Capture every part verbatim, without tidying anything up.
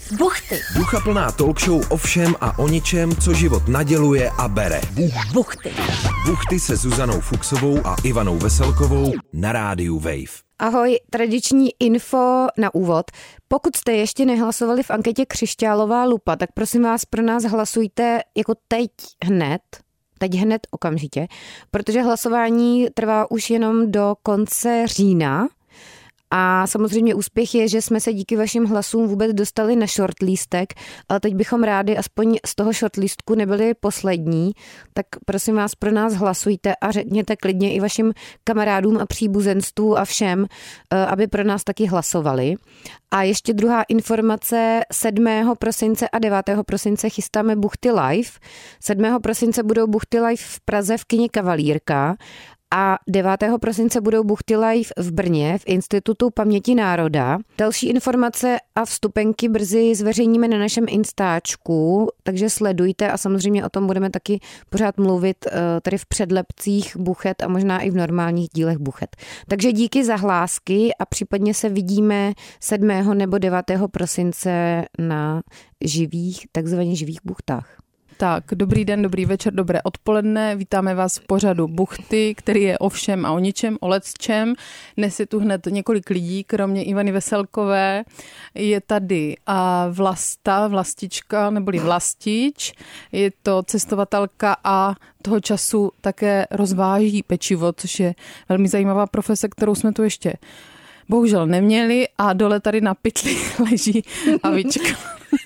Buchty. Duchaplná talk show o všem a o ničem, co život naděluje a bere. Buchty. Buchty se Zuzanou Fuxovou a Ivanou Veselkovou na rádiu Wave. Ahoj, tradiční info na úvod. Pokud jste ještě nehlasovali v anketě Křišťálová lupa, tak prosím vás, pro nás hlasujte jako teď hned, teď hned okamžitě, protože hlasování trvá už jenom do konce října. A samozřejmě úspěch je, že jsme se díky vašim hlasům vůbec dostali na shortlístek, ale teď bychom rádi aspoň z toho shortlístku nebyli poslední, tak prosím vás, pro nás hlasujte a řekněte klidně i vašim kamarádům a příbuzenstvu a všem, aby pro nás taky hlasovali. A ještě druhá informace, sedmého prosince a devátého prosince chystáme Buchty live. sedmého prosince budou Buchty live v Praze v kině Kavalírka. A devátého prosince budou Buchty live v Brně v Institutu paměti národa. Další informace a vstupenky brzy zveřejníme na našem Instačku, takže sledujte a samozřejmě o tom budeme taky pořád mluvit tady v předlepcích Buchet a možná i v normálních dílech Buchet. Takže díky za hlásky a případně se vidíme sedmého nebo devátého prosince na živých, takzvaně živých buchtách. Tak, dobrý den, dobrý večer, dobré odpoledne. Vítáme vás v pořadu Buchty, který je o všem a o ničem, o lecčem. Dnes je tu hned několik lidí, kromě Ivany Veselkové. Je tady a Vlasta, Vlastička, neboli Vlastič. Je to cestovatelka a toho času také rozváží pečivo, což je velmi zajímavá profese, kterou jsme tu ještě bohužel neměli. A dole tady na pytli leží Avička.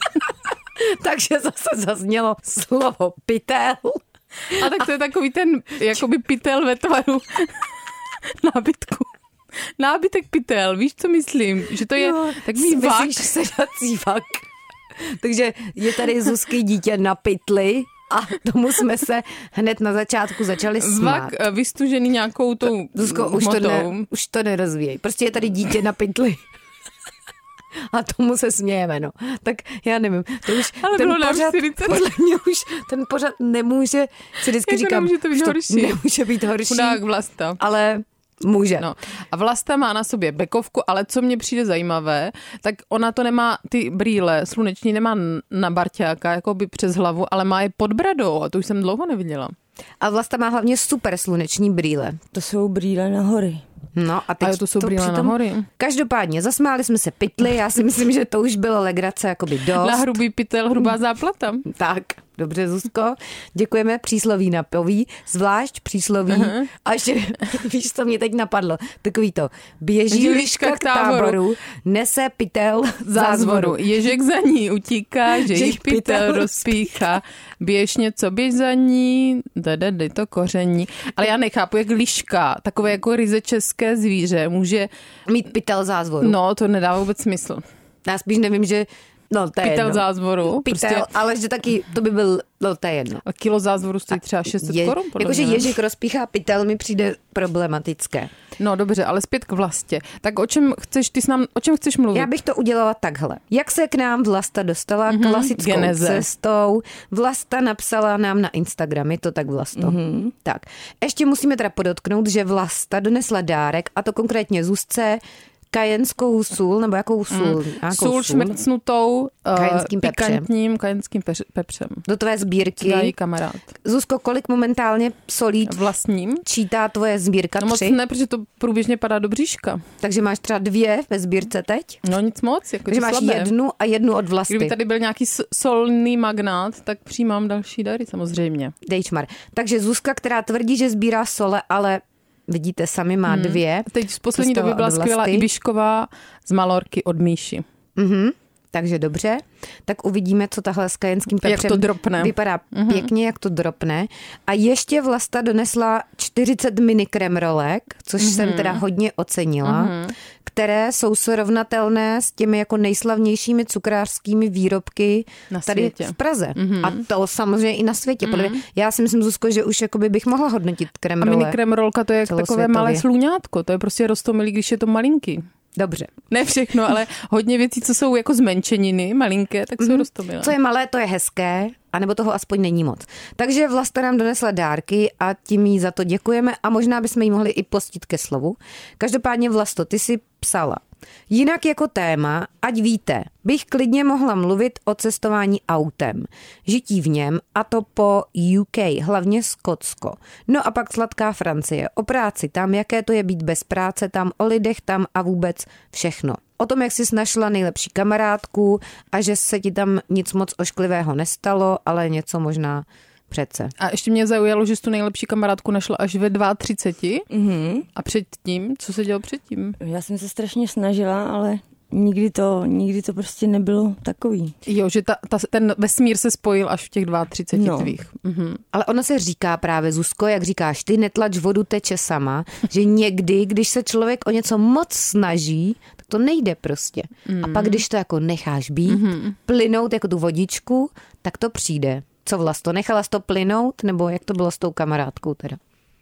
Takže zase zaznělo slovo pytel. A tak to je takový ten, jakoby pytel ve tvaru nábytku. Nábytek pytel, víš, co myslím? Že to je jo, takový vak. Myslíš sedací vak. Takže je tady Zuzky dítě na pytli a tomu jsme se hned na začátku začali smát. Vak vystužený nějakou tou Zuzko, už to, ne, už to nerozvíjej. Prostě je tady dítě na pytli. A tomu se smějeme, no. Tak já nevím, to už ale ten bylo pořad, podle mě už ten pořad nemůže, si vždycky jako říkám, nemůže to být horší. Nemůže být horší. Chudák Vlasta. Ale může. No. A Vlasta má na sobě bekovku, ale co mně přijde zajímavé, tak ona to nemá, ty brýle sluneční nemá na barťáka, jako by přes hlavu, ale má je pod bradou a to už jsem dlouho neviděla. A Vlasta má hlavně super sluneční brýle. To jsou brýle na hory. No a teď a to jsou brýle přitom... na hory. Každopádně, zasmáli jsme se pytli, já si myslím, že to už bylo legrace jakoby dost. Na hrubý pytel, hrubá záplata. Tak, dobře, Zuzko. Děkujeme, přísloví napoví, zvlášť přísloví. Uh-huh. A ještě, víš, co mě teď napadlo, takový to, běží liška k táboru, nese pytel zázvoru. Ježek za ní utíká, že jich pytel rozpíchá. Běž něco, běž za ní, dej, dej to koření. Ale já nechápu, jak liška, takové jako ryze české zvíře, může mít pytel zázvoru. No, to nedává vůbec smysl. Já spíš nevím, že no, to je pytel jedno. Zázvoru. Pytel, prostě... ale že taky to by byl, no to je jedno. A kilo zázvoru stojí třeba šest set je, korun. Jakože ježek rozpíchá pytel mi přijde problematické. No dobře, ale zpět k Vlastě. Tak o čem chceš, ty s nám, o čem chceš mluvit? Já bych to udělala takhle. Jak se k nám Vlasta dostala mm-hmm. klasickou Geneze. cestou, Vlasta napsala nám na Instagram, je to tak, Vlasto? Mm-hmm. Tak, ještě musíme teda podotknout, že Vlasta donesla dárek, a to konkrétně Zuzce, kajenskou sůl, nebo jakou sůl? Mm. Sůl šmrcnutou kajenským pikantním kajenským pepřem. Do tvé sbírky. Dají kamarád. Zuzko, kolik momentálně solí vlastním čítá tvoje sbírka? No moc tři? Ne, protože to průběžně padá do bříška. Takže máš třeba dvě ve sbírce teď? No nic moc. Jako Takže máš slabé. jednu a jednu od Vlasty. Kdyby tady byl nějaký solný magnát, tak přijímám další dary samozřejmě. Dejčmar. Takže Zuzka, která tvrdí, že sbírá sole, ale vidíte, sami má hmm. dvě. Teď z poslední doby byla skvělá Ibišková z Malorky od Míši. Mhm. Takže dobře, tak uvidíme, co tahle s kajenským pepřem jak to dropne. Vypadá mm-hmm. pěkně, jak to dropne. A ještě Vlasta donesla čtyřicet mini kremrolek, což mm-hmm. jsem teda hodně ocenila, mm-hmm. které jsou srovnatelné s těmi jako nejslavnějšími cukrářskými výrobky na tady světě. v Praze. Mm-hmm. A to samozřejmě i na světě. Mm-hmm. Já si myslím, Zuzko, že už jakoby bych mohla hodnotit kremrole. A mini kremrolka to je takové malé sluňátko, to je prostě roztomilý, když je to malinký. Dobře. Ne všechno, ale hodně věcí, co jsou jako zmenšeniny, malinké, tak jsou mm-hmm. roztomilé. Co je malé, to je hezké, anebo toho aspoň není moc. Takže Vlasta nám donesla dárky a tím jí za to děkujeme a možná bychom jí mohli i postit ke slovu. Každopádně, Vlasto, ty si psala. Jinak jako téma, ať víte, bych klidně mohla mluvit o cestování autem, žití v něm a to po U K, hlavně Skotsko. No a pak sladká Francie, o práci tam, jaké to je být bez práce tam, o lidech tam a vůbec všechno. O tom, jak jsi našla nejlepší kamarádku a že se ti tam nic moc ošklivého nestalo, ale něco možná přece. A ještě mě zaujalo, že jsi tu nejlepší kamarádku našla až ve třiceti dvou. Mm-hmm. A předtím, co se dělo předtím? Já jsem se strašně snažila, ale nikdy to, nikdy to prostě nebylo takový. Jo, že ta, ta, ten vesmír se spojil až v těch třiceti dvou No. tvých. Mhm. Ale ono se říká právě, Zuzko, jak říkáš ty, netlač vodu, teče sama, že někdy, když se člověk o něco moc snaží, tak to nejde prostě. Mm. A pak, když to jako necháš být, mm. plynout jako tu vodičku, tak to přijde. Co Vlasto, nechala jsi to plynout, nebo jak to bylo s tou kamarádkou teda?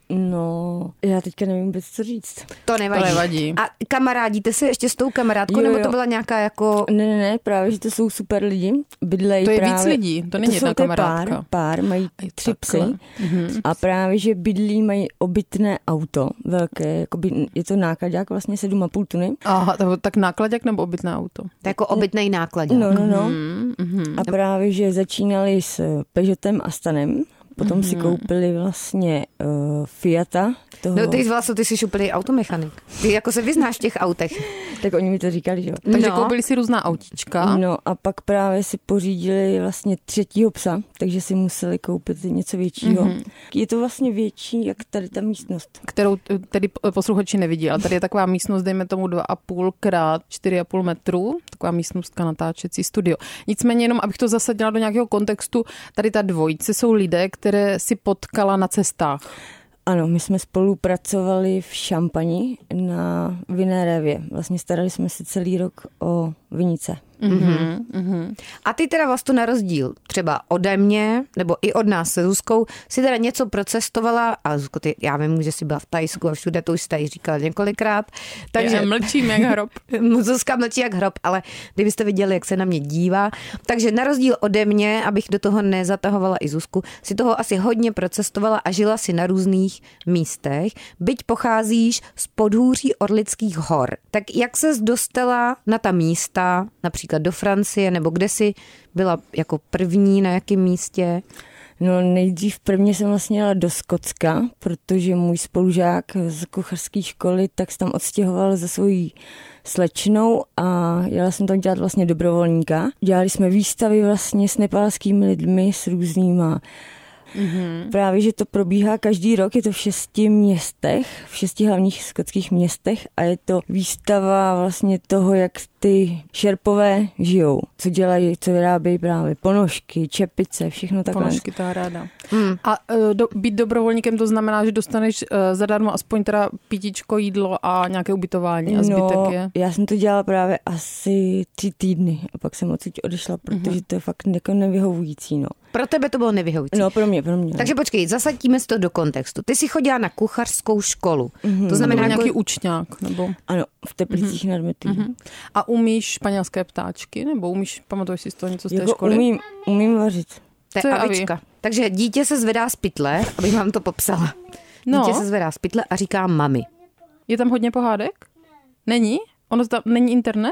No, já teďka nevím vůbec, co říct. To nevadí. To nevadí. A kamarádíte se ještě s tou kamarádkou, Jo, nebo jo. to byla nějaká jako... Ne, ne, ne, právě, že to jsou super lidi. Bydlej To je právě, víc lidí, to není to jedna jsou, to je kamarádka. Pár, pár, mají Aj tři takhle. psy a právě, že bydlí, mají obytné auto, velké, jakoby, je to nákladák vlastně sedm a půl tuny. Aha, to- tak nákladák nebo obytné auto? To jako obytnej náklad. No, no, no. Mm, mhm. A právě, že začínali s Peugeotem a Stanem, potom si koupili vlastně uh, Fiata. Toho, No ty Vlasto, ty jsi úplný automechanik. Ty jako se vyznáš v těch autech. tak oni mi to říkali, že jo. Takže No. koupili si různá autíčka. No a pak právě si pořídili vlastně třetího psa, takže si museli koupit něco většího. Mhm. Je to vlastně větší, jak tady ta místnost. Kterou t- tedy posluchači nevidí, ale tady je taková místnost, dejme tomu dva a půl krát čtyři a půl metru, taková místnostka, natáčecí studio. Nicméně jenom, abych to zasadila do nějakého kontextu, tady ta dvojice jsou lidé, které si potkala na cestách. Ano, my jsme spolupracovali v Šampani na vinné révě. Vlastně starali jsme se celý rok o vinice. Mm-hmm. Mm-hmm. A ty teda vlastně na rozdíl třeba ode mě, nebo i od nás se Zuzkou, si teda něco procestovala a Zuzko, ty, já vím, že jsi byla v Thajsku a všude to už jsi tady říkala několikrát. Takže Takže mlčím jak hrob. Zuzka mlčí jak hrob, ale kdybyste viděli, jak se na mě dívá. Takže na rozdíl ode mě, abych do toho nezatahovala i Zuzku, si toho asi hodně procestovala a žila si na různých místech. Byť pocházíš z podhůří Orlických hor. Tak jak ses dostala na ta místa, například do Francie, nebo kde jsi byla jako první, na jakém místě? No nejdřív prvně jsem vlastně jela do Skotska, protože můj spolužák z kuchařské školy tak se tam odstěhoval za svojí slečnou a jela jsem tam dělat vlastně dobrovolníka. Dělali jsme výstavy vlastně s nepálskými lidmi, s různýma. Mm-hmm. Právě, že to probíhá každý rok, je to v šesti městech, v šesti hlavních skotských městech a je to výstava vlastně toho, jak ty šerpové žijou, co dělají, co vyrábějí právě ponožky, čepice, všechno takové. Ponožky, to ráda. Hmm. A uh, do, být dobrovolníkem to znamená, že dostaneš uh, zadarmo aspoň teda pítičko, jídlo a nějaké ubytování a zbytek no, je? já jsem to dělala právě asi tři týdny a pak jsem odsud odešla, protože mm-hmm. to je fakt jako nevyhovující, no. Pro tebe to bylo nevyhovující. No pro mě, pro mě. Takže počkej, zasadíme si to do kontextu. Ty jsi chodila na kuchařskou školu. Mm-hmm. To znamená Nebo jako... nějaký učňák, nebo... Ano, v Teplicích mm-hmm. nad Metují. Mm-hmm. A umíš španělské ptáčky, nebo umíš, pamatuješ si z toho něco z té Jako školy? umím, umím vařit. To Co je je Avička. Takže dítě se zvedá z pytle, abych vám to popsala. No. Dítě se zvedá z pytle a říká mami. Je tam hodně pohádek? Není? Ono tam není internet?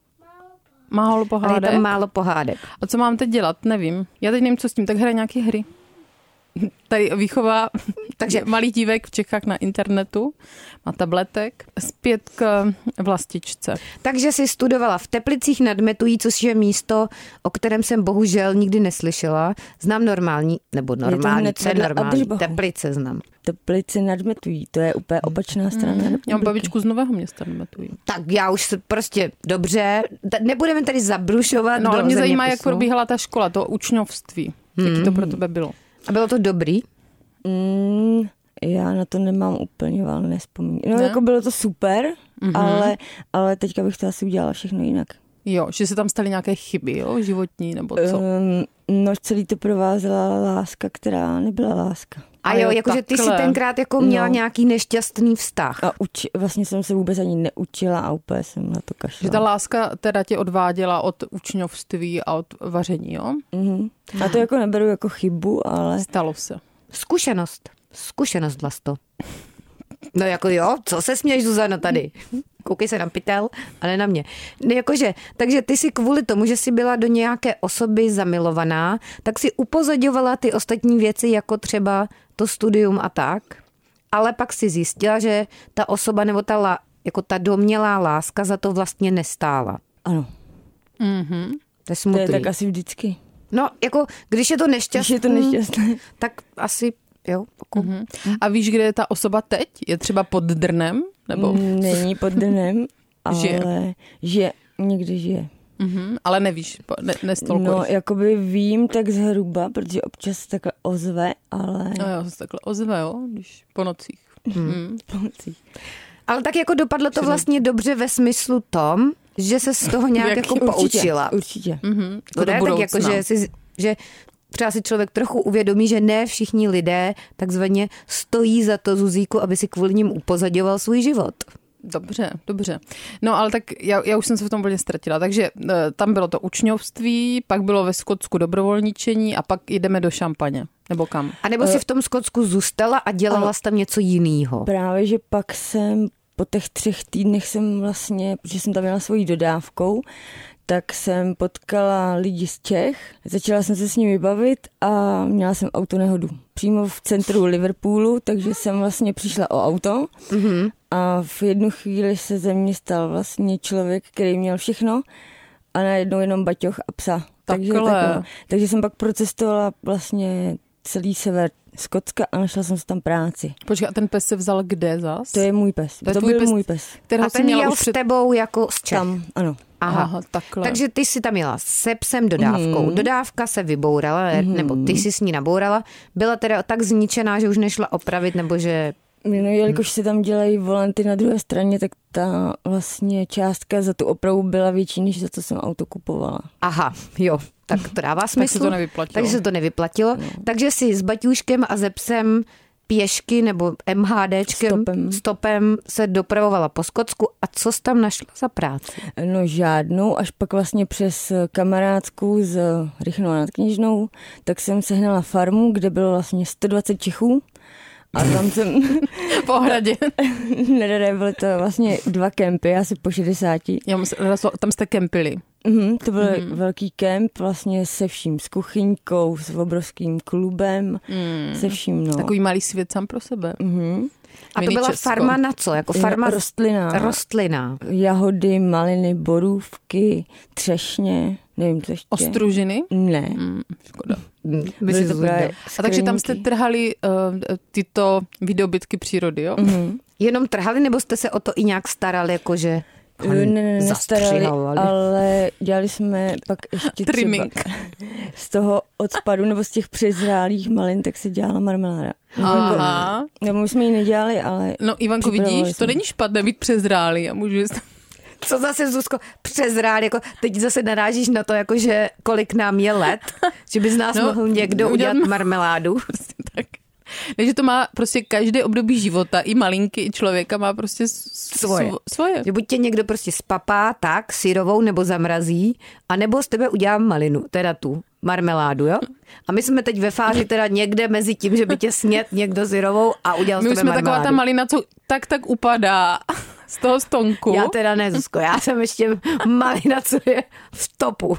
Málo Ale je pohádek? tam málo pohádek. A co mám teď dělat? Nevím. Já teď nevím, co s tím. Tak hraje nějaké hry. Tady výchova takže malých dívek v Čechách na internetu, má tabletek. Zpět k Vlastičce. Takže jsi studovala v Teplicích nad Metují, což je místo, o kterém jsem bohužel nikdy neslyšela. Znám normální, nebo normální, hned co je vedle normální. Adržbachu. Teplice znám. Teplice nad Metují, to je úplně opačná strana republiky. Já mám babičku z Nového Města, nemetuji. Tak já už se prostě dobře, nebudeme tady zabrušovat. No ale do mě zajímá, jak zeměpisu. probíhala ta škola, to učňovství. Hmm. Jaký to pro tebe bylo? A bylo to dobrý? Mm, já na to nemám úplně valné vzpomínky. No Ne? jako bylo to super, Mhm. ale, ale teďka bych to asi udělala všechno jinak. Jo, že se tam staly nějaké chyby, jo, životní, nebo co? Um, no celý to provázela láska, která nebyla láska. A, A jo, jo, jakože ty jsi takhle. tenkrát jako měla No. nějaký nešťastný vztah. A uči, vlastně jsem se vůbec ani neučila a úplně jsem na to kašlala. Že ta láska teda tě odváděla od učňovství a od vaření, jo? Mhm. A to jako neberu jako chybu, ale Stalo se. Zkušenost. Zkušenost, Vlasto. No jako jo, co se směješ, Zuzano, tady? Koukej se na pytel, ale na mě. Ne, jakože, takže ty si kvůli tomu, že jsi byla do nějaké osoby zamilovaná, tak si upozaďovala ty ostatní věci, jako třeba to studium a tak, ale pak si zjistila, že ta osoba nebo ta, jako ta domnělá láska za to vlastně nestála. Ano. Mm-hmm. To je smutný. To je tak asi vždycky. No, jako, když je to nešťastné, když je to nešťastné, tak asi, jo. Jako. Mm-hmm. A víš, kde je ta osoba teď? Je třeba pod drnem? Nebo? Není pod drnem, ale žije, žije někde žije. Mm-hmm. Ale nevíš, ne, nestolkuješ. No, jakoby vím tak zhruba, protože občas takhle ozve, ale... No jo, se takhle ozve, jo, když po nocích. Hmm. Hmm. Po nocích. Ale tak jako dopadlo to vlastně dobře ve smyslu tom, že se z toho nějak jako poučila. Určitě. Mm-hmm. To ne, tak jako, že, si, že třeba si člověk trochu uvědomí, že ne všichni lidé takzvaně stojí za to, Zuzíku, aby si kvůli ním upozaďoval svůj život. Dobře, dobře. No ale tak já, já už jsem se v tom úplně ztratila. Takže e, tam bylo to učňovství, pak bylo ve Skotsku dobrovolničení a pak jdeme do Šampaně. Nebo kam? A nebo si v tom Skotsku zůstala a dělala jsi tam něco jiného? Právě, že pak jsem po těch třech týdnech jsem vlastně, protože jsem tam měla svojí dodávkou, tak jsem potkala lidi z Čech, začala jsem se s nimi bavit a měla jsem autonehodu přímo v centru Liverpoolu, takže jsem vlastně přišla o auto mm-hmm. a v jednu chvíli se ze mě stal vlastně člověk, který měl všechno a najednou jenom baťoch a psa. Takže, tak, takže jsem pak procestovala vlastně celý sever Skotska a našla jsem si tam práci. Počkej, a ten pes se vzal kde zas? To je můj pes. To, to byl pes, můj pes. A ten jel s tebou jako z Čech? Tam, ano. Aha, Aha, takhle. Takže ty jsi tam jela se psem dodávkou. Mm. Dodávka se vybourala, mm. nebo ty jsi s ní nabourala. Byla teda tak zničená, že už nešla opravit, nebo že... No, jelikož se tam dělají volanty na druhé straně, tak ta vlastně částka za tu opravu byla větší, než za to jsem auto kupovala. Aha, jo, tak to dává smysl. Tak se to nevyplatilo. Takže se to nevyplatilo. No. Takže si s baťůškem a ze psem pěšky nebo MHDčkem, stopem. stopem se dopravovala po Skotsku. A co jsi tam našla za práci? No žádnou, až pak vlastně přes kamarádku s Rychnou nad Kněžnou, tak jsem sehnala farmu, kde bylo vlastně sto dvacet Čechů. A tam jsem... Po hradě. ne, ne, ne, byly to vlastně dva kempy, asi po šedesáti. Já musím, tam jste kempili. Mm, to byl mm. velký kemp vlastně se vším, s kuchyňkou, s obrovským klubem, mm. se vším, no. Takový malý svět sám pro sebe. Mm. A to byla Česko. Farma na co? Jako farma rostlina. Rostlina. Jahody, maliny, borůvky, třešně, nevím, co ještě. Ostružiny? Ne. Mm, škoda. Byly to a takže tam jste trhali uh, tyto výdobytky přírody, jo? Mm. Jenom trhali, nebo jste se o to i nějak starali, jakože ne, ne, nestarali, ale dělali jsme pak ještě trimming. Třeba z toho odpadu nebo z těch přezrálých malin, tak se dělala marmeláda. Aha. Nebo my jsme ji nedělali, ale... No Ivanko, vidíš, jsme. To není špatné být přezrálý a můžu... Co zase, Zuzko, přezrál, jako teď zase narážíš na to, jakože kolik nám je let, že by z nás no, mohl někdo udělat marmeládu. Prostě tak. Takže to má prostě každé období života, i malinky, i člověka má prostě svoje. svoje. Že buď tě někdo prostě spapá tak, syrovou nebo zamrazí, anebo z tebe udělá malinu, teda tu marmeládu, jo? A my jsme teď ve fázi teda někde mezi tím, že by tě snět někdo syrovou a udělal z tebe marmeládu. My jsme taková ta malina, co tak tak upadá z toho stonku. Já teda ne, Zuzko, já jsem ještě malina, co je v topu.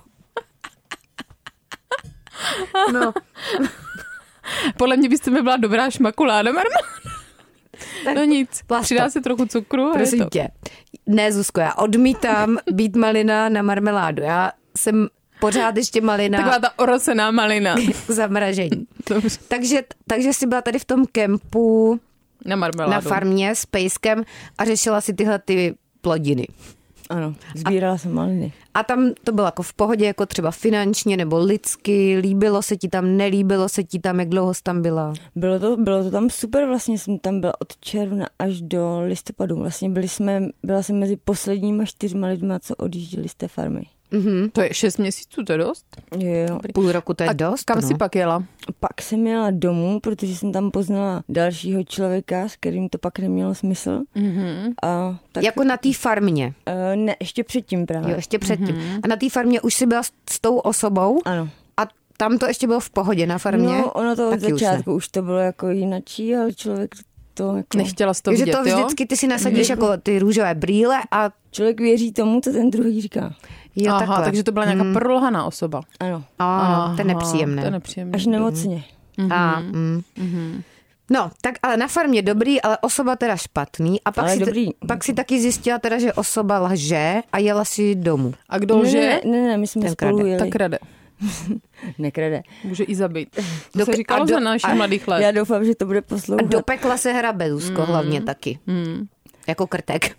No. Podle mě byste mi byla dobrá šmakuláda marmeláda. No nic, Plasto. Přidá se trochu cukru. Prosím je to. tě. Ne, Zuzko, já odmítám být malina na marmeládu. Já jsem pořád ještě malina. Taková ta orosená malina. K zamražení. takže, takže jsi byla tady v tom kempu na marmeládu. Na farmě s pejskem a řešila si tyhle ty plodiny. Ano, sbírala a, jsem maliny. A tam to bylo jako v pohodě, jako třeba finančně nebo lidsky, líbilo se ti tam, nelíbilo se ti tam, jak dlouho jsi tam byla? Bylo to, bylo to tam super, vlastně jsem tam byla od června až do listopadu. Vlastně byli jsme, byla jsem mezi posledníma čtyřma lidma, co odjížděli z té farmy. Mm-hmm. To je šest měsíců, to je dost? Jo. Půl roku to je a dost. kam no. jsi pak jela? Pak jsem jela domů, protože jsem tam poznala dalšího člověka, s kterým to pak nemělo smysl. Mm-hmm. A tak... Jako na té farmě? Uh, ne, ještě předtím právě. Jo, ještě předtím. Mm-hmm. A na té farmě už jsi byla s, s tou osobou? Ano. A tam to ještě bylo v pohodě na farmě? No, ono to od začátku už, už to bylo jako jinačí, ale člověk to jako... Nechtěla jsi to Takže vidět, to jo? vždycky ty si nasadíš jako ty růžové brýle a... Člověk věří tomu, co ten druhý říká. Jo, Aha, takhle. takže to byla nějaká Hmm. prolhaná osoba. Ano. Ano, to je Aha, nepříjemné. To je nepříjemné. Až nemocně. A, mm. No, tak ale na farmě dobrý, ale osoba teda špatný. A pak, Ale si, dobrý. pak si taky zjistila teda, že osoba lže a jela si domů. A kdo Ne, lže, ne, ne, ne, my jsme Ten spolu krade. jeli. tak krade. Nekrade. Může i zabít. To Do- se říkalo a do- za našich a- mladých let. Já doufám, že to bude A poslouchat. do pekla se hrabe, Zuzko, mm. hlavně taky. Hmm. Jako krtek.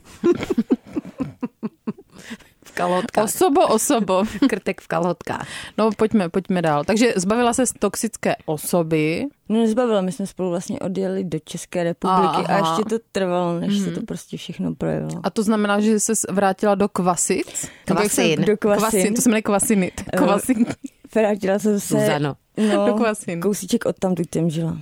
V kalhotkách. Osobo, osobo. Krtek v kalhotkách. No pojďme, pojďme dál. Takže zbavila se z toxické osoby. No nezbavila, my jsme spolu vlastně odjeli do České republiky Aha. a ještě to trvalo, než se to prostě všechno projevilo. A to znamená, že se vrátila do Kvasic? Kvasin. Do Kvasin. Kvasin, to se jmenuje Kvasinit. Kvasin. Vrátila jsem se Zuzano. no, Do Kvasin. kousíček od tam, tu jsem žila.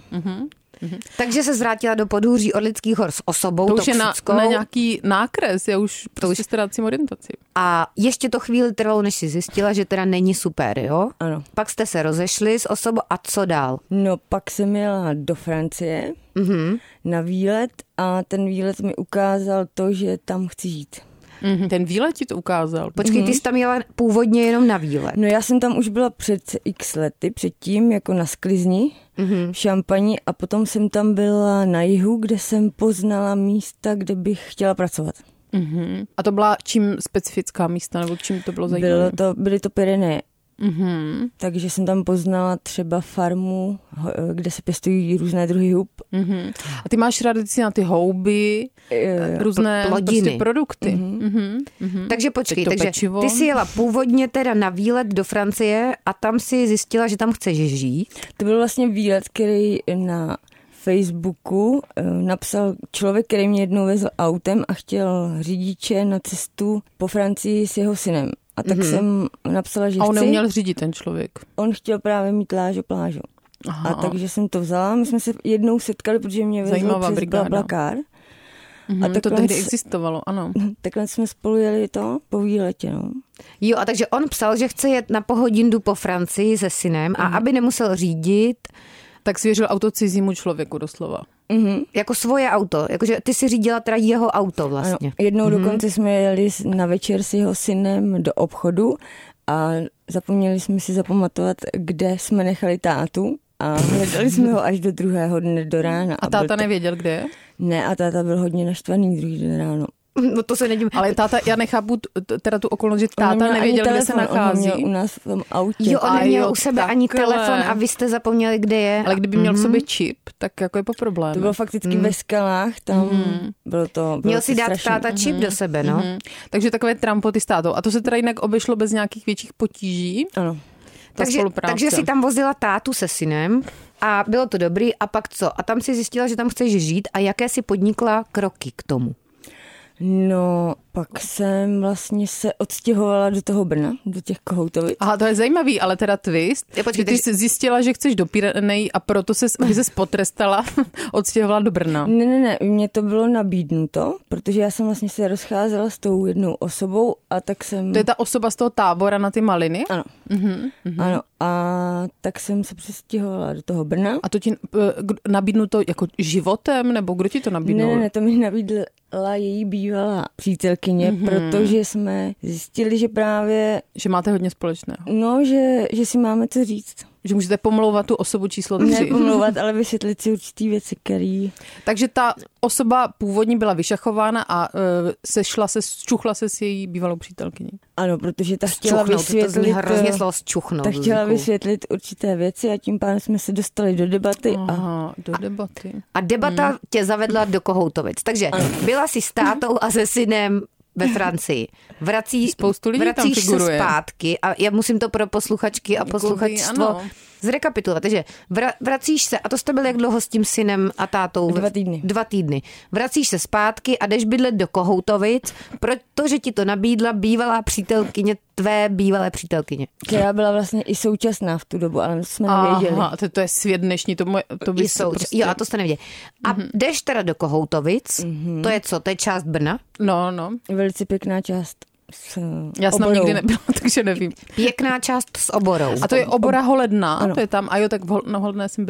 Takže se zvrátila do Podhůří Orlických hor s osobou To už je na, toxickou. na nějaký nákres, já už prostě ztrácím orientaci. A ještě to chvíli trvalo, než si zjistila, že teda není super, jo? Ano. Pak jste se rozešli s osobou a co dál? No pak jsem jela do Francie Mhm. na výlet a ten výlet mi ukázal to, že tam chci žít. Mhm, ten výlet ti to ukázal. Počkej, ty jsi tam jela původně jenom na výlet. No já jsem tam už byla před x lety, předtím jako na sklizni v Šampani a potom jsem tam byla na jihu, kde jsem poznala místa, kde bych chtěla pracovat. Mhm. A to byla čím specifická místa, nebo čím to bylo zajímavé? Bylo to, byly to Pyreneje. Mhm. Takže jsem tam poznala třeba farmu, ho- kde se pěstují různé druhy hub. Mhm. A ty máš ráda si na ty houby, Eh, různé plodiny. prostě produkty. Mhm. Mhm. Takže počkej, Teď to takže pečivo. ty jsi jela původně teda na výlet do Francie a tam si zjistila, že tam chceš žít. To byl vlastně výlet, který na Facebooku eh, napsal člověk, který mě jednou vezl autem a chtěl řidiče na cestu po Francii s jeho synem. A tak mm-hmm. jsem napsala, že A on chci. neuměl řídit ten člověk. On chtěl právě mít lážo plážo. Aha. A takže jsem to vzala. My jsme se jednou setkali, protože mě vezl Zajímavá přes brigáda. Blablakár. Mhm, A to takhle tehdy s- existovalo, ano. Takhle jsme spolu jeli to po výletě. No. Jo, a takže on psal, že chce jet na pohodindu po Francii se synem a aby nemusel řídit Tak svěřil auto cizímu člověku doslova. Mm-hmm. jako svoje auto. Jakože ty si řídila teda jeho auto vlastně. Ano. Jednou mm-hmm. dokonce jsme jeli s- na večer s jeho synem do obchodu a zapomněli jsme si zapamatovat, kde jsme nechali tátu a hledali jsme ho až do druhého dne do rána. A byl táta to... nevěděl, kde je? Ne, a táta byl hodně naštvaný druhý den ráno. No to se nedím. Ale táta, já nechápu t- t- teda tu okolnost, že On táta neměl ani nevěděl, kde se telefon, on nachází. měl u nás v tom autě. Jo, on A neměl jo, u sebe ani takhle. telefon a vy jste zapomněli, kde je. Ale kdyby měl v sobě čip, tak jako je po problému. To bylo fakticky ve skalách, tam bylo to bylo Měl to si dát strašný. táta čip do sebe, no. Mhm. Takže takové trampoty s tátou. A to se teda jinak obešlo bez nějakých větších potíží. Ano. Ta Takže, spolupráce. takže si tam vozila tátu se synem a bylo to dobrý. A pak co? A tam si zjistila, že tam chceš žít a jaké si podnikla kroky k tomu? No, pak jsem vlastně se odstěhovala do toho Brna, do těch Kohoutovic. Aha, to je zajímavý, ale teda twist. Je, počkej, že ty takže- jsi zjistila, že chceš do Pyrenej a proto se, aby se potrestala, odstěhovala do Brna. Ne, ne, ne, mně to bylo nabídnuto, protože já jsem vlastně se rozcházela s tou jednou osobou a tak jsem... To je ta osoba z toho tábora na ty maliny? Ano, Mhm. ano, a tak jsem se přestěhovala do toho Brna. A to ti eh, kdo- nabídnuto jako životem, nebo kdo ti to nabídnul? Ne, ne, ne, to mi nabídla její bývalá přítelkyně, mm-hmm. protože jsme zjistili, že právě, Že máte hodně společného. no, že, že si máme co říct. Že můžete pomlouvat tu osobu číslo tři. Ne pomlouvat, ale vysvětlit si určitý věci, které... Takže ta osoba původně byla vyšachována a uh, sešla se, čuchla se s její bývalou přítelkyní. Ano, protože ta chtěla Čuchnout, to zní vysvětlit... hrozně slovo zčuchnout. Ta chtěla Zuzku. vysvětlit určité věci a tím pádem jsme se dostali do debaty a Aha, do debaty. A debata Hmm. tě zavedla do Kohoutovic. Takže byla si s tátou a se synem ve Francii. Vrací, Spoustu lidí tam vracíš se figuruje. zpátky a já musím to pro posluchačky a Děkuji, posluchačstvo ano. zrekapitulovat. Takže vra, vracíš se, a to jste byli jak dlouho s tím synem a tátou? Dva týdny. Dva týdny. Vracíš se zpátky a jdeš bydlet do Kohoutovic, protože ti to nabídla bývalá přítelkyně, tvé bývalé přítelkyně. která byla vlastně i současná v tu dobu, ale my jsme nevěděli. Aha, to, to je svět dnešní, to, moje, to by I jsou, prostě... Jo, a to jste nevěděli. A mm-hmm. jdeš teda do Kohoutovic, mm-hmm. to je co? To je část Brna? No, no. Velice pěkná část s Já jsem tam oborou. nikdy nebyla, takže nevím. Pěkná část s oborou. A to je obora Holedná, Ano. to je tam, a jo, tak v Hol- na Holedné jsem byla.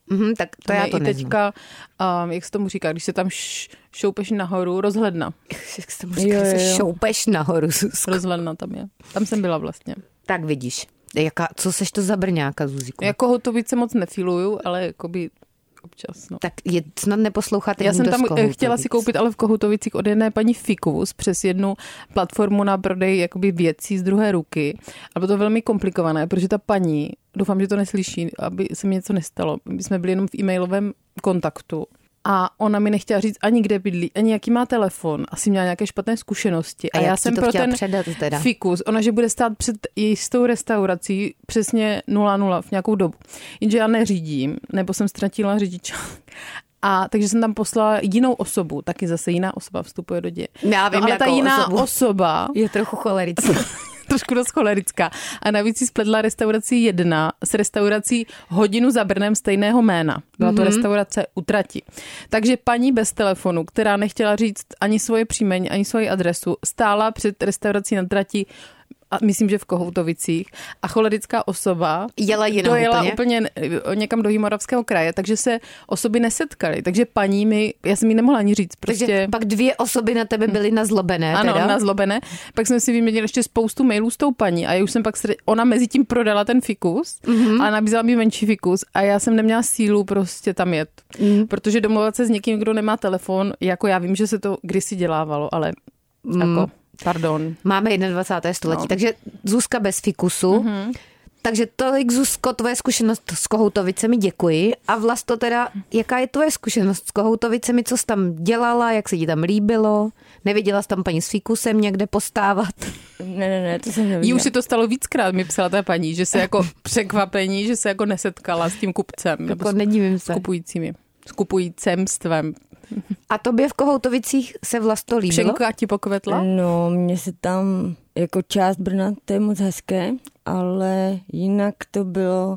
Mm-hmm, tak to, to já to i neznám. teďka, um, jak se tomu říká, když se tam š, šoupeš nahoru, rozhledna. Jak se tomu říká, jo, jo. se šoupeš nahoru, Zuzko. Rozhledna tam je. Tam jsem byla vlastně. Tak vidíš. Jaká, co seš to za Brňáka, Zuziku? Jako Hotovice moc nefiluju, ale jakoby občas, no. Tak je, snad neposloucháte. Já jsem tam chtěla si koupit, ale v Kohutovicích od jedné paní Fikus přes jednu platformu na prodej jakoby věcí z druhé ruky. A bylo to velmi komplikované, protože ta paní, doufám, že to neslyší, aby se mi něco nestalo. My jsme byli jenom v e-mailovém kontaktu. A ona mi nechtěla říct ani kde bydlí, ani jaký má telefon. Asi měla nějaké špatné zkušenosti. A, a já jsem pro ten teda? Fikus, ona, že bude stát před jistou restaurací přesně nula nula v nějakou dobu. Jenže já neřídím, nebo jsem ztratila řidičák. A takže jsem tam poslala jinou osobu, taky zase jiná osoba vstupuje do děje. Já vím, no, ale ta jiná osobu. osoba je trochu cholerická. trošku dost cholerická. A navíc si spletla restaurací jedna s restaurací hodinu za Brnem stejného jména. Byla to mm-hmm. restaurace u trati. Takže paní bez telefonu, která nechtěla říct ani svoje příjmení, ani svoji adresu, stála před restaurací na trati, a myslím, že v Kohoutovicích, a cholerická osoba jela jinou dojela úplně. úplně někam do Jihomoravského kraje, takže se osoby nesetkaly. Takže paní mi, já jsem jí nemohla ani říct. Prostě... Takže pak dvě osoby na tebe byly nazlobené. Ano, teda? nazlobené. Pak jsme si vyměnili ještě spoustu mailů s tou paní a já už jsem pak, sred... ona mezi tím prodala ten fikus mm-hmm. a nabízela mi menší fikus a já jsem neměla sílu prostě tam jet. Mm. Protože domluvat se s někým, kdo nemá telefon, jako já vím, že se to kdysi dělávalo, ale mm. jako... Pardon. Máme dvacátého prvního století, no. Takže Zuzka bez fikusu. Mm-hmm. Takže tolik, Zuzko, tvoje zkušenost s Kohoutovicemi, děkuji. A Vlasto teda, jaká je tvoje zkušenost s Kohoutovicemi, co jsi tam dělala, jak se ti tam líbilo? Neviděla jsi tam paní s fikusem někde postávat? Ne, ne, ne, to jsem neviděla. Jí už si to stalo víckrát, mi psala ta paní, že se jako překvapení, že se jako nesetkala s tím kupcem. Jako nedívím se. S kupujícími. S kupujícemstvem. A tobě v Kohoutovicích se Vlasto líbilo? Pšenka ti pokvetla? No, mně se tam jako část Brna, to je moc hezké, ale jinak to bylo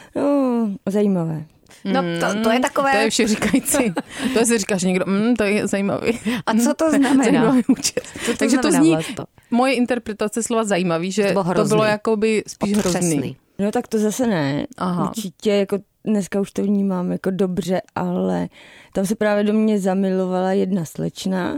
no, zajímavé. No to, to je takové... To je vše říkající. To si říkáš někdo, mm, to je zajímavý. A co to znamená? Zajímavý účet. Co to Takže znamená, to zní, Vlasto? Moje interpretace slova zajímavý, že to bylo, to bylo jakoby spíš Otřesný. hrozný. No tak to zase ne. Aha. Určitě jako dneska už to vnímám jako dobře, ale tam se právě do mě zamilovala jedna slečna,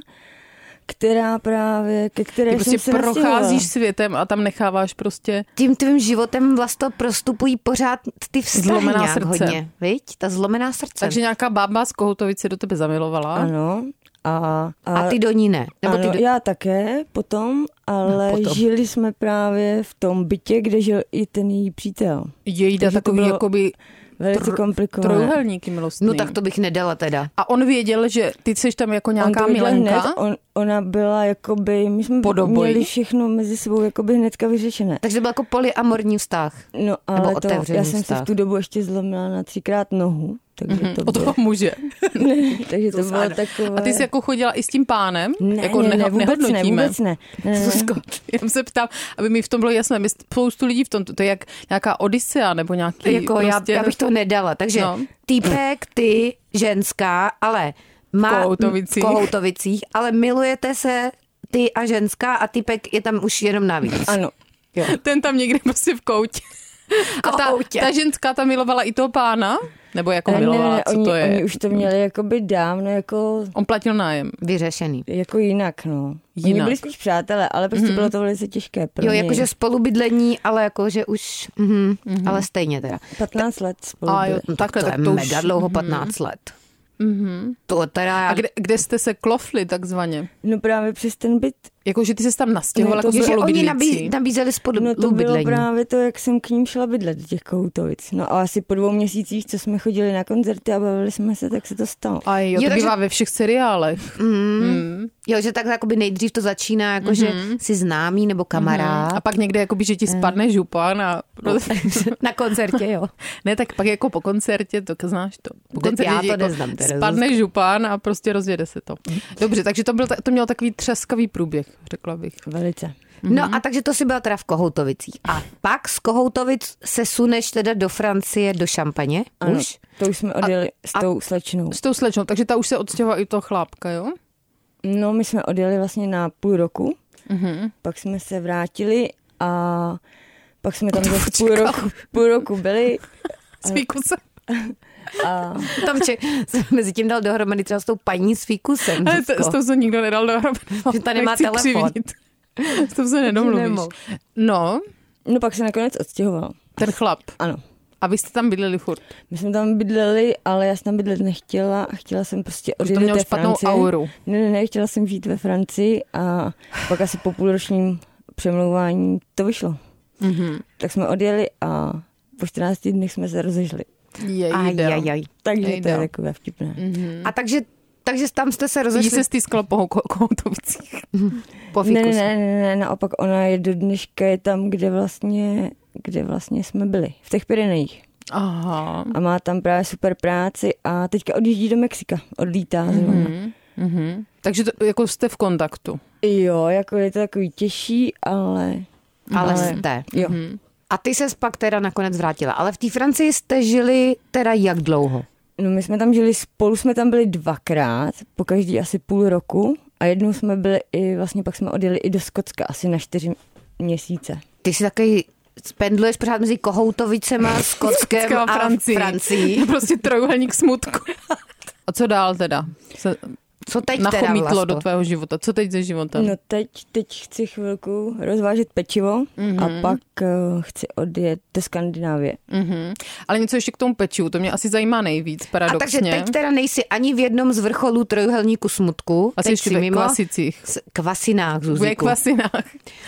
která právě, ke které Ty prostě jsem se procházíš nastěhovala. světem a tam necháváš prostě... Tím tvým životem Vlasto prostupují pořád ty vztahy Zlomená nějak srdce. hodně, viď? Ta zlomená srdce. Takže nějaká bába z Kohoutovice do tebe zamilovala. Ano. A, a, a ty do ní ne? Nebo ano, ty do... já také potom, ale No, potom. žili jsme právě v tom bytě, kde žil i ten její přítel. Jejda Takže to takový bylo jakoby velice tr- komplikované. trojuhelníky milostný. No tak to bych nedala teda. A on věděl, že ty jsi tam jako nějaká On to věděl milenka? hned, on, ona byla jakoby, my jsme Podobojí? měli všechno mezi sebou jakoby hnedka vyřešené. Takže to byl jako polyamorní vztah. No ale to, otevřený já jsem vztah. si v tu dobu ještě zlomila na třikrát nohu. Takže Mm-hmm. to O toho bylo, muže. ne, takže to, To bylo záda. takové... A ty jsi jako chodila i s tím pánem? Ne, jako ne, neho- ne, vůbec ne, nehodnotíme. vůbec ne. ne, ne, ne. Zuzko, jenom se ptám, aby mi v tom bylo jasné. My spoustu lidí v tom, to je jak nějaká Odisea nebo nějaký Jako prostě... já, já bych to nedala. Takže No. týpek, ty, ženská, ale má Kohoutovicích. v Kohoutovicích, ale milujete se ty a ženská a týpek je tam už jenom navíc. Ano. Jo. Ten tam někde prostě v koutě. A ta, Koutě. ta ženská tam milovala i toho pána? Nebo jako Ne, milovala, ne, co oni, to je? Oni už to měli jakoby dávno jako, On platil nájem. Vyřešený. jako jinak, no. Jinak. Oni byli spíš přátelé, ale prostě mm-hmm. bylo to velice těžké pro Jo, mě. jakože spolubydlení, ale jakože už, mhm, mm-hmm. ale stejně teda. patnáct let spolu A jo, byli. No, tak takhle, to tak je to už... mega dlouho, patnáct let. Mm-hmm. To teda... A kde, kde jste se klofli takzvaně? No právě přes ten byt. Jako, že ty se tam nastěhovala Ne, to jako že oni spolubydlící. nabí, nabízeli No to bylo spolubydlení. právě to, jak jsem k ním šla bydlet do těch Kohoutovic. No a asi po dvou měsících, co jsme chodili na koncerty a bavili jsme se, tak se to stalo. A jo, Jo, to takže- bývá ve všech seriálech. Mm. Mm. Jo, že tak jakoby nejdřív to začíná, jako že si známý nebo kamarád. A pak někde, jakoby, že ti spadne župan a... Na koncertě, jo. Ne, tak pak jako po koncertě, to znáš to. Po Tak koncertě já ti to jako neznám teda, spadne župan a prostě rozjede se to. Dobře, takže to, byl, to mělo takový třaskavý průběh, řekla bych. Velice. No a takže to si byla teda v Kohoutovicích. A pak z Kohoutovic se suneš teda do Francie, do Šampaně? Ano, Už? to už jsme odjeli s tou slečnou. S tou slečnou, takže ta už se odstěhovala i toho chlápka, jo? No, my jsme odjeli vlastně na půl roku, Mhm. pak jsme se vrátili a pak jsme tam zase půl roku, půl roku byli. S výkusem. A... Tomče mezi tím dal dohromady třeba s tou paní s fíkusem. Ale to, s tou se nikdo nedal dohromady. Že ta nemá telefon. S tou se nedomluvíš. No. No pak se nakonec odstěhoval. Ten chlap. Ano. A vy jste tam bydleli furt? My jsme tam bydleli, ale já jsem tam bydlet nechtěla a chtěla jsem prostě odjet to měl ve špatnou Francii. auru. Ne, ne, ne, chtěla jsem žít ve Francii a pak asi po půlročním přemlouvání to vyšlo. Mm-hmm. Tak jsme odjeli a po čtrnácti dnech jsme se rozešli. Ajajaj. Takže Jej to je takové vtipné. Mm-hmm. A takže, takže tam jste se rozešli? Jí se stýskalo po Koutovicích. Po ne, ne, ne, ne, naopak ona je do dneška je tam, kde vlastně, kde vlastně jsme byli. V těch Pyrenejích. Aha. A má tam právě super práci a teďka odjíždí do Mexika. Odlítá zrovna. Mm-hmm. Mm-hmm. Takže to, jako jste v kontaktu? Jo, jako je to takový těžší, ale... Ale, ale jste. Jo. Mm-hmm. A ty ses pak teda nakonec vrátila. Ale v té Francii jste žili teda jak dlouho? No my jsme tam žili spolu, jsme tam byli dvakrát, po každý asi půl roku a jednou jsme byli i, vlastně pak jsme odjeli i do Skotska asi na čtyři měsíce. Ty jsi takový, spendluješ pořád mezi Kohoutovicema, Skotskem a Francii. Francii. Prostě trojuhelník smutku. A co dál teda? Se... Co teď nachomítlo teda do tvého života? Co teď se životem? No teď, teď chci chvilku rozvážet pečivo mm-hmm. a pak uh, chci odjet do Skandinávie. Mm-hmm. Ale něco ještě k tomu pečivu, to mě asi zajímá nejvíc, paradoxně. A takže teď teda nejsi ani v jednom z vrcholů trojuhelníku smutku. Asi ještě ve Kvasicích. Kvasinách, Zuziku. V Kvasinách.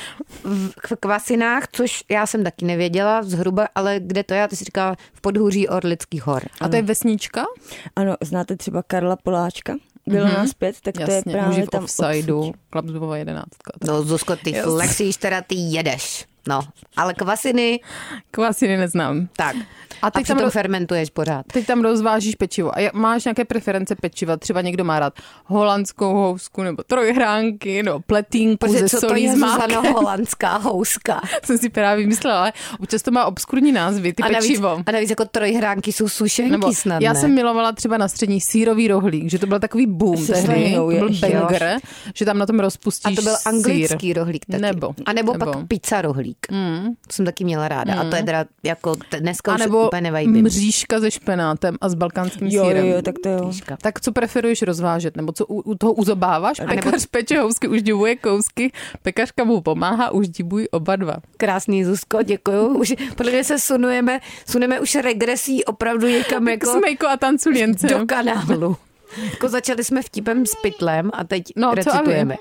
V Kvasinách, což já jsem taky nevěděla zhruba, ale kde to je? Ty jsi říkala v podhůří Orlických hor. A to je vesnička? Ano, znáte třeba Karla Poláčka? Bylo mm-hmm. nás pět, tak Jasně, to je právě muži v tam offsideu, Klapsbova jedenáctka. No Zuzko, ty flexíš, teda ty jedeš. No, ale kvasiny... Kvasiny neznám. Tak. A ty tam roz... fermentuješ pořád. Teď tam rozvážíš pečivo. A máš nějaké preference pečiva? Třeba někdo má rád holandskou housku, nebo trojhránky, nebo pletínku ze solí s mákem. Co to je za holandská houska? Jsem si právě vymyslela, ale občas to má obskurní názvy, ty a navíc, pečivo. A navíc jako trojhránky jsou sušenky nebo snad, já ne? jsem milovala třeba na střední sírový rohlík, že to byl takový boom tehdy, to byl banger, že tam na tom rozpustíš. A to byl anglický sír. rohlík taky. Nebo. A nebo, nebo. pak pizza rohlík. Mm. To jsem taky měla ráda. Mm. A to je teda jako dneska už úplně nevajbím. Mřížka se špenátem a s balkánským jo, sýrem. Jo, tak to jo. Tak co preferuješ rozvážet? Nebo co u, u toho uzobáváš? A pekař nebo... peče housky, už divuje kousky, pekařka mu pomáhá, už divují oba dva. Krásný, Zuzko, děkuju. Už, podle mě se sunujeme, suneme už regresí opravdu někam jako... Smejko a tanculience. Do kanálu. Jako začali jsme vtipem s pytlem a teď no, recitujeme.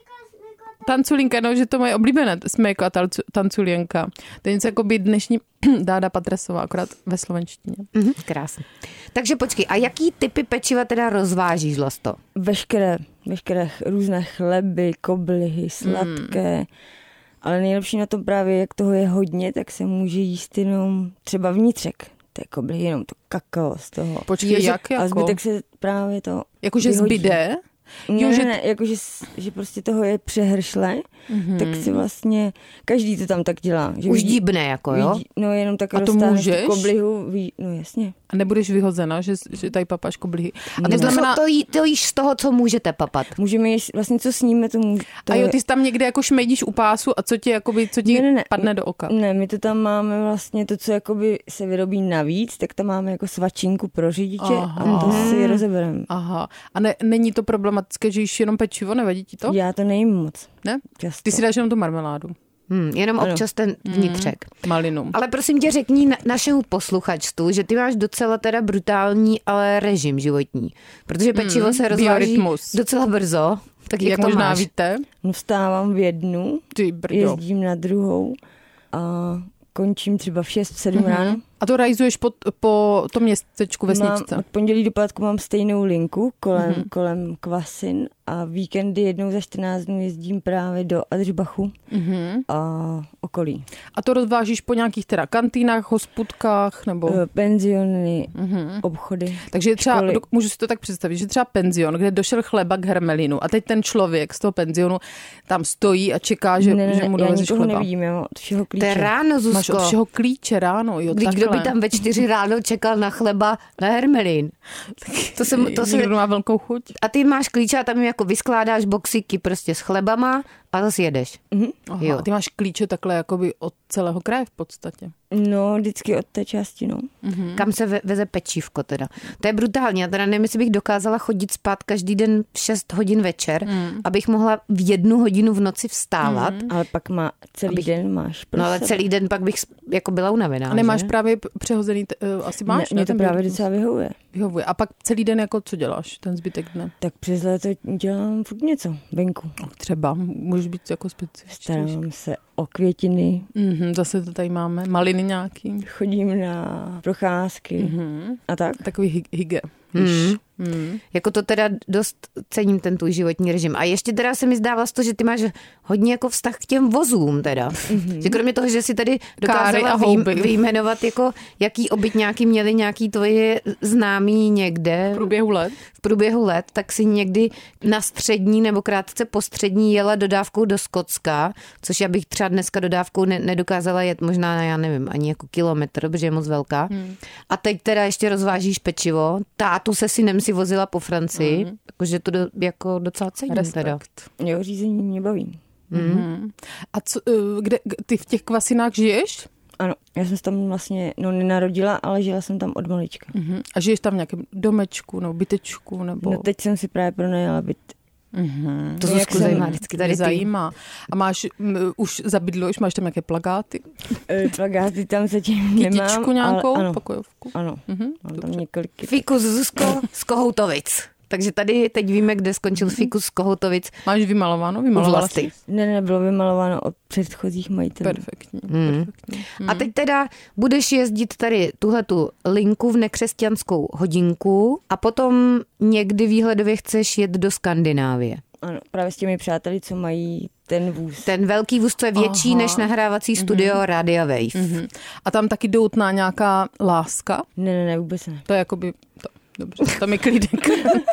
Tanculinka, no, že to moje oblíbené, Smejko a tanculienka. To je něco jako by dnešní Dáda Patresová, akorát ve slovenštině. Mm-hmm, krásně. Takže počkej, a jaký typy pečiva teda rozvážíš, Vlasto? Veškeré, veškeré různé chleby, koblihy, sladké. Mm. Ale nejlepší na tom právě, jak toho je hodně, tak se může jíst jenom třeba vnitřek. To je koblihy, jenom to kakao z toho. Počkej, jak jako? A zbytek se právě to jakože zbyde? Ne, jo, že... ne, jakože že prostě toho je přehršle, mm-hmm. tak si vlastně, každý to tam tak dělá. Že už díbne jako, jo? Vidí, no jenom tak roztáhneš tu koblihu, ví, no jasně. A nebudeš vyhozena, že, že tady papáš koblihy. A to znamená, to, jí, to jíš z toho, co můžete papat. Můžeme jíst, vlastně co sníme, to může. To a jo, ty jsi tam někde jako šmejdíš u pásu a co ti, jakoby, co ti ne, ne, ne, padne do oka? Ne, my to tam máme vlastně to, co jakoby se vyrobí navíc, tak tam máme jako svačinku pro řidiče. Aha. A to si rozebereme. Aha. A ne, není to problematické, že jíš jenom pečivo, nevadí ti to? Já to nejím moc. Ne? Často. Ty si dáš jenom tu marmeládu. Hmm, jenom ano. Občas ten vnitřek. Hmm, malinu. Ale prosím tě, řekni na, našemu posluchačstvu, že ty máš docela teda brutální, ale režim životní. Protože pečivo hmm, se rozváží biorytmus. Docela brzo. Tak jak, jak to možná máš? Víte? No vstávám v jednu, jezdím na druhou a končím třeba v šest, sedm mm-hmm. ráno. A to rajzuješ po, po tom městečku vesničce? Mám, od pondělí do pátku mám stejnou linku kolem, mm-hmm. kolem Kvasin a víkendy jednou za čtrnáct dnů jezdím právě do Adřbachu mm-hmm. a okolí. A to rozvážíš po nějakých teda kantýnách, hospůdkách nebo? Penziony, mm-hmm. obchody, takže třeba, školy. Můžu si to tak představit, že třeba penzion, kde došel chleba k hermelinu a teď ten člověk z toho penzionu tam stojí a čeká, že, ne, ne, že mu dolezeš chleba. Já nikoho nevidím, já mám od všeho klíče. To je ráno, Zuzko. Máš od všeho klíče ráno, jo, kdo by tam ve čtyři ráno čekal na chleba na hermelín. To jsem, to jsem... Někdo má velkou chuť. A ty máš klíče a tam jako vyskládáš boxíky prostě s chlebama a zase jedeš. Mhm. Aha, Jo. a ty máš klíče takhle jakoby od celého kraje v podstatě. No, vždycky od té části, no. Mhm. Kam se ve- veze pečívko teda. To je brutální. Já teda nevím, jestli bych dokázala chodit spát každý den v šest hodin večer, Mm. abych mohla v jednu hodinu v noci vstávat. Mm. Ale pak má, celý Abych- den máš pro No ale sebe. celý den pak bych sp- jako byla unavená. A nemáš že? právě p- přehozený, t- uh, asi máš, Ne, ne? mě to ten právě rytmus? docela vyhovuje. Vyhovuje. A pak celý den jako co děláš, ten zbytek dne? Tak přes léto dělám furt něco venku. Třeba, můžeš být jako specifičtější. Starám se o květiny, Mhm, zase to tady máme. Maliny nějaký. chodím na procházky Mhm. a tak. Takový hy- hygge. Mm. víš. Mm. Jako to teda dost cením ten tvůj životní režim. A ještě teda se mi zdá vlastně, že ty máš hodně jako vztah k těm vozům teda. Mm-hmm. Že kromě toho, že si tady Káry a dokázala houby. vý, vyjmenovat, jako jaký obytňáky měli nějaký tvoje známí někde V průběhu let. v průběhu let, tak si někdy na střední nebo krátce po střední jela dodávkou do Skotska, což já bych třeba dneska dodávkou ne- nedokázala jet možná, já nevím, ani jako kilometr, protože je moc velká. Hmm. A teď teda ještě rozvážíš pečivo. Tátu se synem si vozila po Francii, hmm. takže to do, jako docela cením teda. Respekt. Jo, řízení mě baví. Mm. A co, eh, kde, ty v těch kvasinách žiješ? Ano, já jsem se tam vlastně, no nenarodila, ale žila jsem tam od malička. Mm. A žiješ tam v nějakém domečku nebo bytečku? Nebo... No teď jsem si právě pronajala byt. Mm-hmm. To Jak Zuzku jsem- zajímá vždycky tady Mě ty. zajímá. A máš, m, už zabydluješ, máš tam nějaké plagáty? E, plagáty tam zatím nemám. Kytičku nějakou? Ale, ano, pokojovku? ano, Mhm. mám tam několik. Fikus Zuzko z Kohoutovic. Takže tady teď víme, kde skončil Fikus z Kohoutovic. Máš vymalováno? U Vymalovala vlasty. jsi? Ne, ne, bylo vymalováno od předchozích majitelů. Perfektní. Mm. perfektní. A teď teda budeš jezdit tady tuhletu linku v nekřesťanskou hodinku a potom někdy výhledově chceš jet do Skandinávie. Ano, právě s těmi přáteli, co mají ten vůz. Ten velký vůz, co je větší Aha. než nahrávací studio mm-hmm. Radia Wave. Mhm. A tam taky doutná nějaká láska? Ne, ne, ne, vůbec ne. To je jakoby... To, dobře, tam je klídek.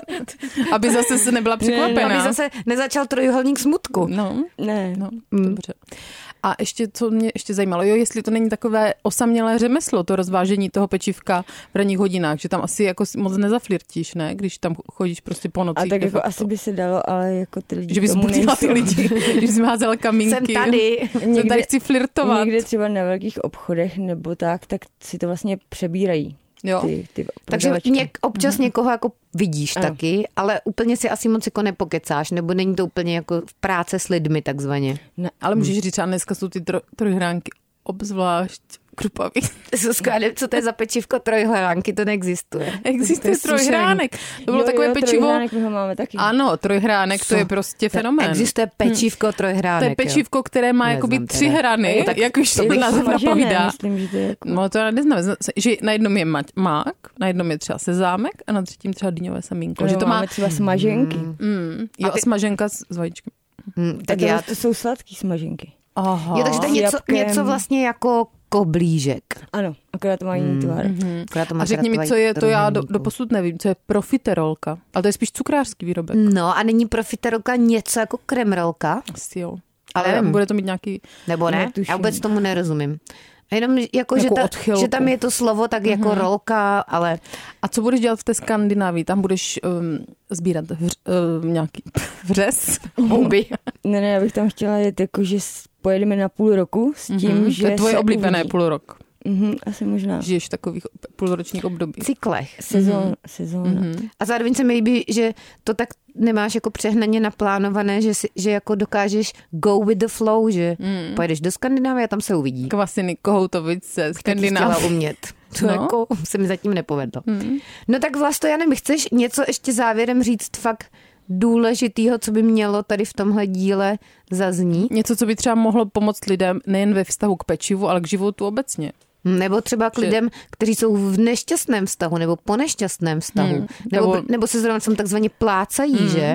Aby zase se nebyla překvapená. Aby zase nezačal trojuhelník smutku. No, Ne. no, Mm. dobře. A ještě, co mě ještě zajímalo, jo, jestli to není takové osamělé řemeslo, to rozvážení toho pečívka v ranních hodinách, že tam asi jako moc nezaflirtíš, ne? Když tam chodíš prostě po A nocích. tak de jako facto. asi by se dalo, ale jako ty lidi Že bys tomu budila ty nejsou. lidi, když jsi házela kamínky. Jsem tady. Jsem tady chci flirtovat. Někde třeba na velkých obchodech nebo tak, tak si to vlastně přebírají. Jo. Ty, ty Takže prodavačky. něk, občas mm-hmm. někoho jako vidíš Ano. taky, ale úplně si asi moc jako nepokecáš, nebo není to úplně jako v práce s lidmi takzvaně. Ne. Ale můžeš říct, třeba dneska jsou ty tro, trojhránky obzvlášť krupavý. Zuzka, nevím, co to je za pečivko trojhranky, to neexistuje. Existuje trojhránek. To bylo Jo, takové jo, pečivo. trojhránek, my ho máme taky. Ano, trojhránek, Co? to je prostě fenomén. Existuje pečívko trojhránek. To je pečívko, které má Neznám jakoby teda. tři hrany, Jo, tak jak už to Je to název smažené, napovídá. myslím, že to je jako... No to já neznám, že na jednom je mať, mák, na jednom je třeba sezámek a na třetím třeba dýňové semínko. No, Že to má, máme třeba smaženky. Mm. mm, jo, A a ty- smaženka s, s vajíčkem. Hmm, Tak tak já... já... to jsou sladký smaženky. Aha. Jo, takže to je S něco, jabkem. něco vlastně jako koblížek. Ano, akorát to má jiný tvar. Mhm. Akorát to má A řekni teda mi, co je, to já do, trojhranníku. do posud nevím, co je profiterolka. Ale to je spíš cukrářský výrobek. No a není profiterolka něco jako kremrolka? Asi jo. Ale Ale bude to mít nějaký... Nebo ne? Netuším. Já vůbec tomu nerozumím. Jenom jako, že, Jako ta, odchylku. že tam je to slovo tak jako Mhm. rolka, ale A co budeš dělat v té Skandinávii? Tam budeš um, sbírat vř, um, nějaký vřes? houby. Ne, ne, já bych tam chtěla jet, jako, že s- pojedeme na půl roku s tím, Mhm, že to je tvoje se oblíbené uvidí. půl rok. Mhm, asi možná. Žiješ v takových půlročních období. Cyklech. Sezón, Mhm. sezóna. Mhm. A zároveň se mi líbí, že to tak nemáš jako přehnaně naplánované, že, si, že jako dokážeš go with the flow, že Mm. pojedeš do Skandinávie a tam se uvidí. Kvasiny, Kohoutovice, Taky chtěla Skandinávie. umět. To No. jako se mi zatím nepovedlo. Mm. No tak Vlasto, já nevím, chceš něco ještě závěrem říct fakt důležitýho, co by mělo tady v tomhle díle zaznít? Něco, co by třeba mohlo pomoct lidem nejen ve vztahu k pečivu, ale k životu obecně. Nebo třeba k Že- lidem, kteří jsou v nešťastném vztahu nebo po nešťastném vztahu. Hmm. Nebo, Nebo- nebo se zrovna tam takzvaně plácají, Hmm. že?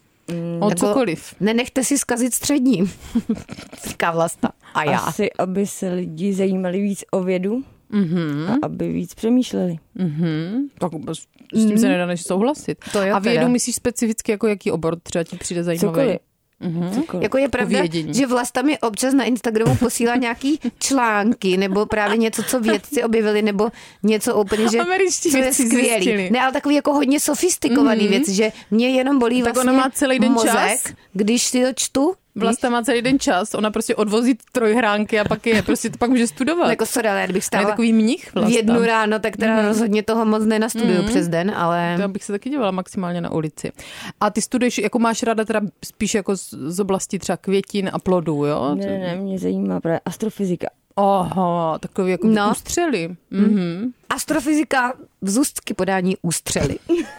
O Jako- cokoliv. Nenechte si zkazit střední, říká Vlasta. A já. Asi, aby se lidi zajímali víc o vědu Mhm. a aby víc přemýšleli. Mhm. Tak s s tím se nedá než souhlasit. To jo A vědu teda. myslíš specificky jako jaký obor třeba ti přijde zajímavý? Cokoliv. Mhm. Cokoliv. Jako je pravda, vědění. že Vlasta mi občas na Instagramu posílá nějaký články nebo právě něco, co vědci objevili, nebo něco úplně, že Američtí co je vědci skvělý. zjistili. Ne, ale takový jako hodně sofistikovaný Mhm. věc, že mě jenom bolí Tak vlastně ona má celý den mozek, čas. když si to čtu Vlasta má celý den čas, ona prostě odvozí trojhránky a pak je prostě to pak může studovat. Jako sorry, ale kdybych stála takový mních Vlasta. v jednu ráno, tak teda mm. rozhodně toho moc nenastuduju mm. přes den, ale... To bych se taky dělala maximálně na ulici. A ty studuješ, jako máš ráda teda spíš jako z, z oblasti třeba květin a plodů, jo? Ne, ne, mě zajímá právě astrofyzika. Aha, takový jako no. ústřely. Mhm. Astrofyzika v Zuzky podání ústřely.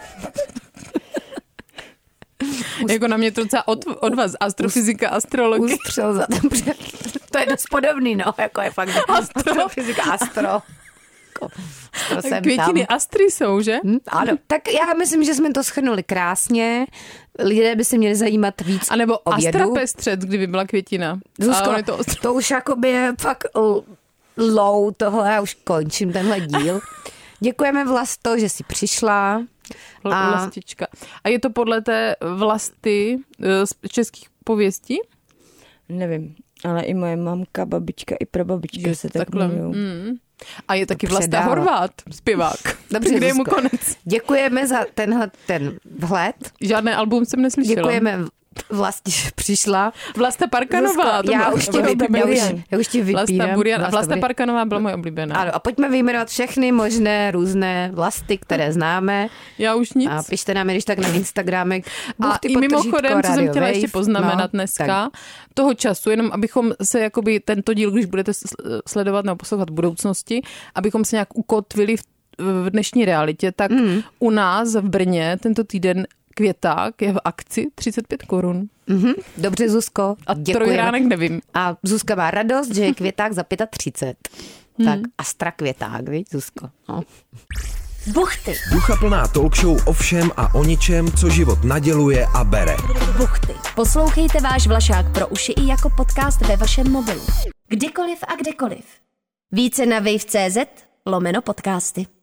Jako na mě to docela od, od vás, astrofyzika, astrologie. Ústřel za dobře. To je dost podobný, no, jako je fakt astrofyzika, astro. astro Květiny tam. Astry jsou, že? Hm, ano, tak já myslím, že jsme to shrnuli krásně. Lidé by se měli zajímat víc a nebo o vědu. astrapestřec, kdyby byla květina. Zuzko, to, to už jakoby je fakt low tohle, já už končím tenhle díl. Děkujeme Vlasto, že jsi přišla. A... Vlastička. A je to podle té Vlasty z českých pověstí? Nevím, ale i moje mamka, babička i prababička je se tak jmenují. Mm. A je taky Vlasta Horvát, zpěvák. Dobře, kde je mu konec? Děkujeme za tenhle ten vhled. Žádné album jsem neslyšela. Děkujeme Vlastně přišla. Vlasta Parkanová. Zuzko, já, už tě vypírám, já, už, já už tě vypírám. Vlasta Burian. Vlasta, Vlasta Parkanová byla moje oblíbená. Ano, a pojďme vyjmenovat všechny možné různé Vlasty, které známe. Já už nic. A pište nám, když tak na Instagramek. A i mimochodem, co jsem chtěla ještě poznamenat no, dneska, tak. toho času, jenom abychom se jakoby tento díl, když budete sledovat nebo poslouchat v budoucnosti, abychom se nějak ukotvili v, v dnešní realitě, tak mm. u nás v Brně tento týden Květák je v akci třicet pět korun. Mm-hmm. Dobře, Zuzko. A trojránek nevím. A Zuzka má radost, že je Květák za třicet pět. Tak Astra Květák, víš, Zuzko. No. Buchty. Ducha plná talk show o všem a o ničem, co život naděluje a bere. Buchty. Poslouchejte váš Vlašák pro uši i jako podcast ve vašem mobilu. Kdykoliv a kdekoliv. Více na wave tečka cé zet lomeno podcasty.